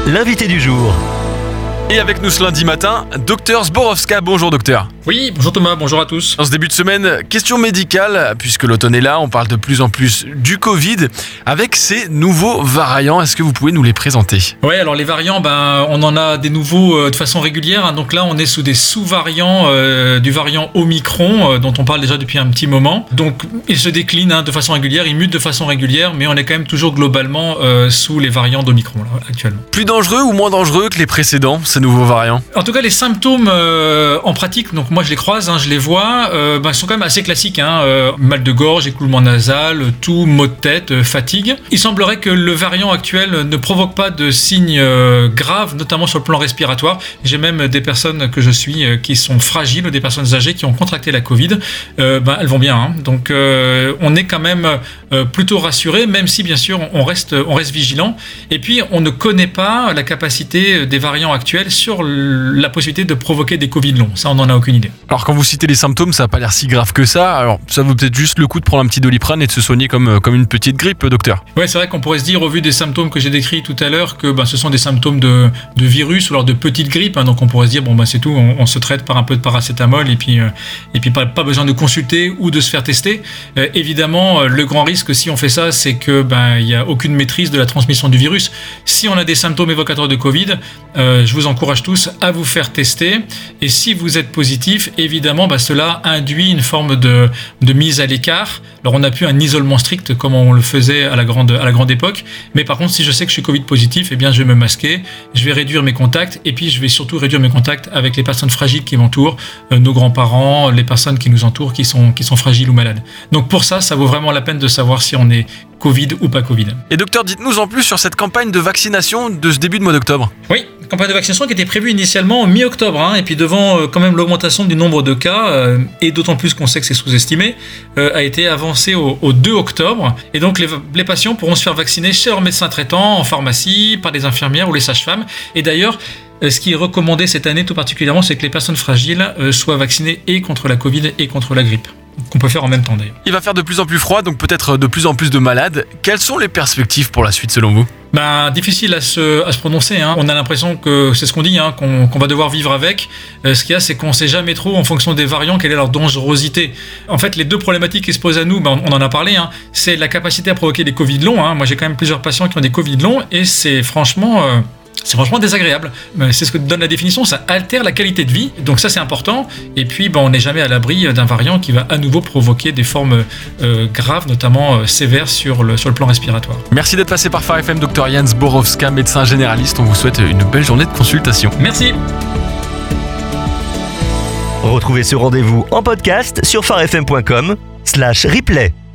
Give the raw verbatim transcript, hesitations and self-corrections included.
l'invité du jour. Et avec nous ce lundi matin, docteur Zborowska. Bonjour docteur. Oui, bonjour Thomas, bonjour à tous. En ce début de semaine, question médicale, puisque l'automne est là, on parle de plus en plus du Covid, avec ces nouveaux variants. Est-ce que vous pouvez nous les présenter ? Oui, alors les variants, ben, on en a des nouveaux euh, de façon régulière. Hein. Donc là, on est sous des sous-variants euh, du variant Omicron, euh, dont on parle déjà depuis un petit moment. Donc, il se décline hein, de façon régulière, il mute de façon régulière, mais on est quand même toujours globalement euh, sous les variants d'Omicron, là, actuellement. Plus dangereux ou moins dangereux que les précédents, ces nouveaux variants ? En tout cas, les symptômes euh, en pratique, donc moi je les croise, hein, je les vois, euh, ben, sont quand même assez classiques. Hein, euh, mal de gorge, écoulement nasal, toux, maux de tête, euh, fatigue. Il semblerait que le variant actuel ne provoque pas de signes euh, graves, notamment sur le plan respiratoire. J'ai même des personnes que je suis euh, qui sont fragiles, ou des personnes âgées qui ont contracté la Covid. Euh, ben, elles vont bien. Hein. Donc euh, on est quand même euh, plutôt rassurés, même si bien sûr on reste, on reste vigilant. Et puis on ne connaît pas la capacité des variants actuels sur la possibilité de provoquer des Covid longs. Ça, on n'en a aucune idée. Alors quand vous citez les symptômes, ça n'a pas l'air si grave que ça. Alors ça vaut peut-être juste le coup de prendre un petit Doliprane et de se soigner comme, comme une petite grippe, docteur. Ouais, c'est vrai qu'on pourrait se dire, au vu des symptômes que j'ai décrits tout à l'heure, que ben, ce sont des symptômes de, de virus ou alors de petite grippe. Hein, donc on pourrait se dire, bon ben c'est tout, on, on se traite par un peu de paracétamol et puis, euh, et puis pas, pas besoin de consulter ou de se faire tester. Euh, évidemment, le grand risque si on fait ça, c'est que ben il y a aucune maîtrise de la transmission du virus. Si on a des symptômes évocateurs de Covid, euh, je vous encourage tous à vous faire tester. Et si vous êtes positif, évidemment, bah, cela induit une forme de, de mise à l'écart. Alors, on n'a plus un isolement strict comme on le faisait à la grande, à la grande époque. Mais par contre, si je sais que je suis Covid positif, eh bien, je vais me masquer, je vais réduire mes contacts et puis je vais surtout réduire mes contacts avec les personnes fragiles qui m'entourent, euh, nos grands-parents, les personnes qui nous entourent, qui sont, qui sont fragiles ou malades. Donc, pour ça, ça vaut vraiment la peine de savoir si on est Covid ou pas Covid. Et docteur, dites-nous en plus sur cette campagne de vaccination de ce début de mois d'octobre. Oui, campagne de vaccination qui était prévue initialement mi-octobre, hein, et puis devant euh, quand même l'augmentation du nombre de cas, euh, et d'autant plus qu'on sait que c'est sous-estimé, euh, a été avancée au, au deux octobre. Et donc les, les patients pourront se faire vacciner chez leur médecin traitant, en pharmacie, par des infirmières ou les sages-femmes. Et d'ailleurs, euh, ce qui est recommandé cette année tout particulièrement, c'est que les personnes fragiles euh, soient vaccinées et contre la Covid et contre la grippe. Qu'on peut faire en même temps d'ailleurs. Il va faire de plus en plus froid, donc peut-être de plus en plus de malades. Quelles sont les perspectives pour la suite selon vous ? Ben, difficile à se, à se prononcer. Hein. On a l'impression que c'est ce qu'on dit, hein, qu'on, qu'on va devoir vivre avec. Euh, ce qu'il y a, c'est qu'on ne sait jamais trop, en fonction des variants, quelle est leur dangerosité. En fait, les deux problématiques qui se posent à nous, ben, on en a parlé, hein, c'est la capacité à provoquer des Covid longs. Hein. Moi, j'ai quand même plusieurs patients qui ont des Covid longs et c'est franchement... Euh, C'est franchement désagréable. C'est ce que donne la définition, ça altère la qualité de vie. Donc ça, c'est important. Et puis, ben, on n'est jamais à l'abri d'un variant qui va à nouveau provoquer des formes euh, graves, notamment euh, sévères sur le, sur le plan respiratoire. Merci d'être passé par Phare F M, docteur Yann Zborowska, médecin généraliste. On vous souhaite une belle journée de consultation. Merci. Retrouvez ce rendez-vous en podcast sur pharefm point com slash replay.